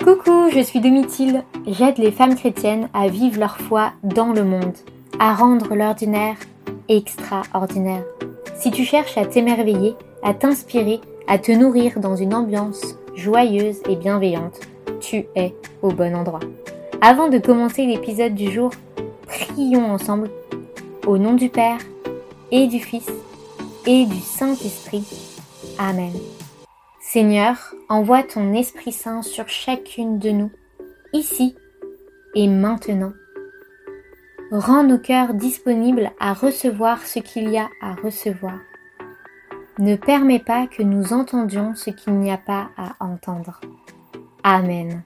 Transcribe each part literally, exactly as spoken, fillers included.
Coucou, je suis Domitil. J'aide les femmes chrétiennes à vivre leur foi dans le monde, à rendre l'ordinaire extraordinaire. Si tu cherches à t'émerveiller, à t'inspirer, à te nourrir dans une ambiance joyeuse et bienveillante, tu es au bon endroit. Avant de commencer l'épisode du jour, prions ensemble au nom du Père et du Fils et du Saint-Esprit. Amen. Seigneur, envoie ton Esprit Saint sur chacune de nous, ici et maintenant. Rends nos cœurs disponibles à recevoir ce qu'il y a à recevoir. Ne permets pas que nous entendions ce qu'il n'y a pas à entendre. Amen.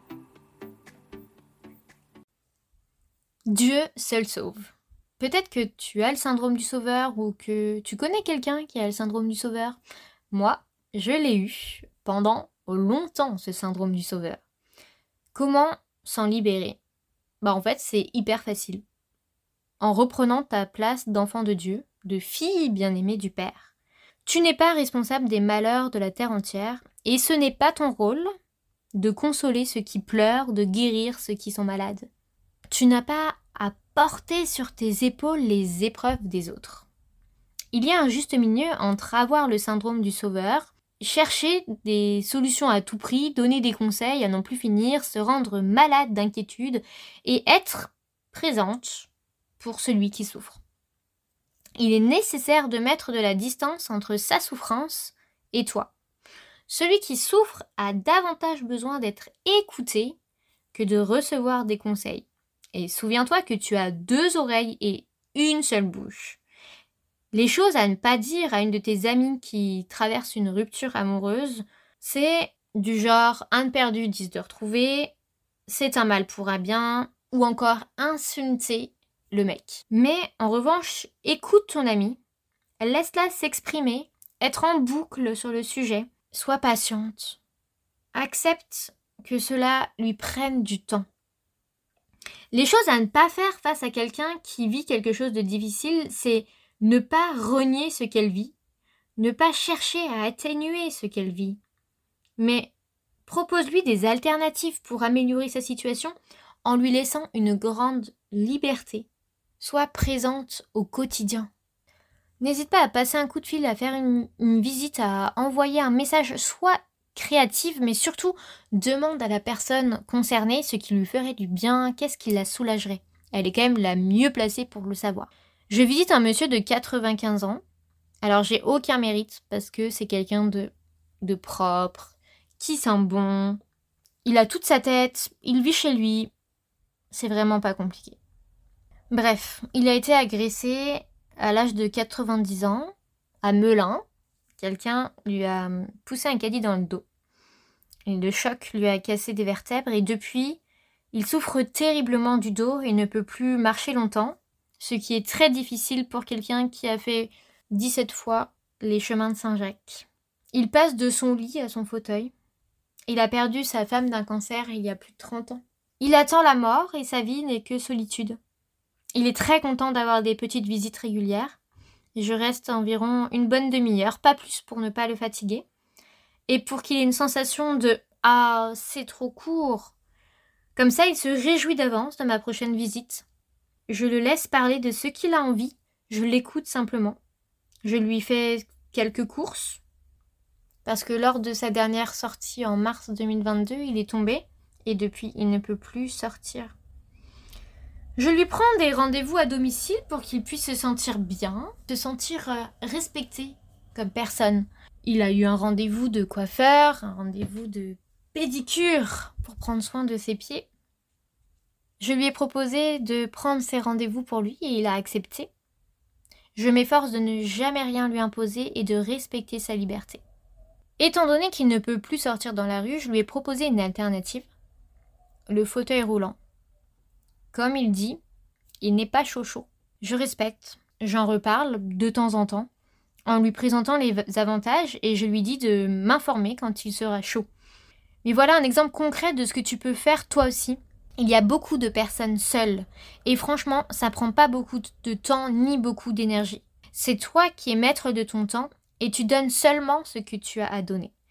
Dieu seul sauve. Peut-être que tu as le syndrome du sauveur ou que tu connais quelqu'un qui a le syndrome du sauveur. Moi, je l'ai eu pendant longtemps, ce syndrome du sauveur. Comment s'en libérer ? Bah en fait, c'est hyper facile. En reprenant ta place d'enfant de Dieu, de fille bien-aimée du Père. Tu n'es pas responsable des malheurs de la terre entière et ce n'est pas ton rôle de consoler ceux qui pleurent, de guérir ceux qui sont malades. Tu n'as pas à porter sur tes épaules les épreuves des autres. Il y a un juste milieu entre avoir le syndrome du sauveur, chercher des solutions à tout prix, donner des conseils à n'en plus finir, se rendre malade d'inquiétude et être présente pour celui qui souffre. Il est nécessaire de mettre de la distance entre sa souffrance et toi. Celui qui souffre a davantage besoin d'être écouté que de recevoir des conseils. Et souviens-toi que tu as deux oreilles et une seule bouche. Les choses à ne pas dire à une de tes amies qui traverse une rupture amoureuse, c'est du genre « un de perdu, dix de retrouvé »,« c'est un mal pour un bien » ou encore « insulter le mec ». Mais en revanche, écoute ton amie, laisse-la s'exprimer, être en boucle sur le sujet, sois patiente, accepte que cela lui prenne du temps. Les choses à ne pas faire face à quelqu'un qui vit quelque chose de difficile, c'est ne pas renier ce qu'elle vit, ne pas chercher à atténuer ce qu'elle vit, mais propose-lui des alternatives pour améliorer sa situation en lui laissant une grande liberté. Sois présente au quotidien. N'hésite pas à passer un coup de fil, à faire une, une visite, à envoyer un message, sois créative, mais surtout demande à la personne concernée ce qui lui ferait du bien, qu'est-ce qui la soulagerait. Elle est quand même la mieux placée pour le savoir. Je visite un monsieur de quatre-vingt-quinze ans. Alors j'ai aucun mérite parce que c'est quelqu'un de, de propre, qui sent bon. Il a toute sa tête, il vit chez lui. C'est vraiment pas compliqué. Bref, il a été agressé à l'âge de quatre-vingt-dix ans, à Melun. Quelqu'un lui a poussé un caddie dans le dos. Et le choc lui a cassé des vertèbres et depuis, il souffre terriblement du dos et ne peut plus marcher longtemps. Ce qui est très difficile pour quelqu'un qui a fait dix-sept fois les chemins de Saint-Jacques. Il passe de son lit à son fauteuil. Il a perdu sa femme d'un cancer il y a plus de trente ans. Il attend la mort et sa vie n'est que solitude. Il est très content d'avoir des petites visites régulières. Je reste environ une bonne demi-heure, pas plus pour ne pas le fatiguer. Et pour qu'il ait une sensation de « Ah, c'est trop court !» Comme ça, il se réjouit d'avance de ma prochaine visite. Je le laisse parler de ce qu'il a envie, je l'écoute simplement. Je lui fais quelques courses, parce que lors de sa dernière sortie en mars deux mille vingt-deux, il est tombé, et depuis, il ne peut plus sortir. Je lui prends des rendez-vous à domicile pour qu'il puisse se sentir bien, se sentir euh, respecté comme personne. Il a eu un rendez-vous de coiffeur, un rendez-vous de pédicure pour prendre soin de ses pieds. Je lui ai proposé de prendre ses rendez-vous pour lui et il a accepté. Je m'efforce de ne jamais rien lui imposer et de respecter sa liberté. Étant donné qu'il ne peut plus sortir dans la rue, je lui ai proposé une alternative, le fauteuil roulant. Comme il dit, il n'est pas chaud-chaud. Je respecte, j'en reparle de temps en temps, en lui présentant les avantages et je lui dis de m'informer quand il sera chaud. Mais voilà un exemple concret de ce que tu peux faire toi aussi. Il y a beaucoup de personnes seules et franchement, ça prend pas beaucoup de temps ni beaucoup d'énergie. C'est toi qui es maître de ton temps et tu donnes seulement ce que tu as à donner.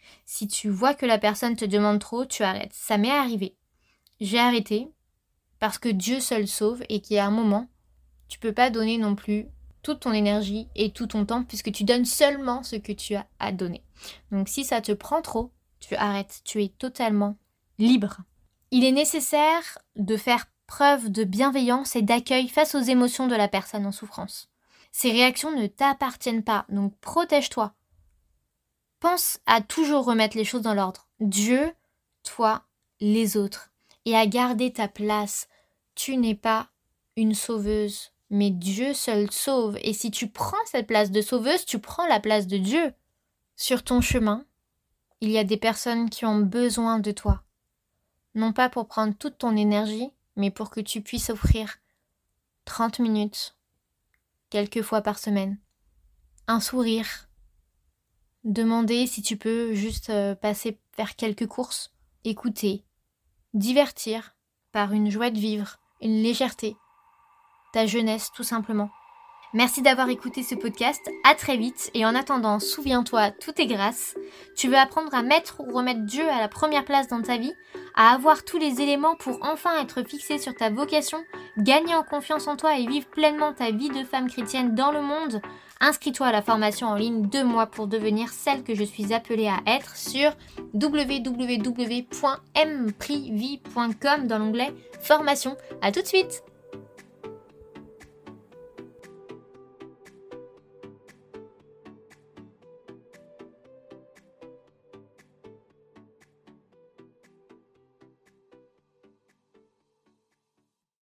Si tu vois que la personne te demande trop, tu arrêtes. Ça m'est arrivé. J'ai arrêté parce que Dieu seul sauve et qu'il y a un moment, tu peux pas donner non plus toute ton énergie et tout ton temps puisque tu donnes seulement ce que tu as à donner. Donc si ça te prend trop, tu arrêtes. Tu es totalement libre. Il est nécessaire de faire preuve de bienveillance et d'accueil face aux émotions de la personne en souffrance. Ces réactions ne t'appartiennent pas, donc protège-toi. Pense à toujours remettre les choses dans l'ordre. Dieu, toi, les autres. Et à garder ta place. Tu n'es pas une sauveuse, mais Dieu seul sauve. Et si tu prends cette place de sauveuse, tu prends la place de Dieu. Sur ton chemin, il y a des personnes qui ont besoin de toi. Non pas pour prendre toute ton énergie, mais pour que tu puisses offrir trente minutes, quelques fois par semaine, un sourire, demander si tu peux juste euh, passer faire quelques courses, écouter, divertir par une joie de vivre, une légèreté, ta jeunesse tout simplement. Merci d'avoir écouté ce podcast, à très vite et en attendant, souviens-toi, tout est grâce. Tu veux apprendre à mettre ou remettre Dieu à la première place dans ta vie, à avoir tous les éléments pour enfin être fixé sur ta vocation, gagner en confiance en toi et vivre pleinement ta vie de femme chrétienne dans le monde. Inscris-toi à la formation en ligne deux mois pour devenir celle que je suis appelée à être sur w w w point m privy point com dans l'onglet formation. À tout de suite!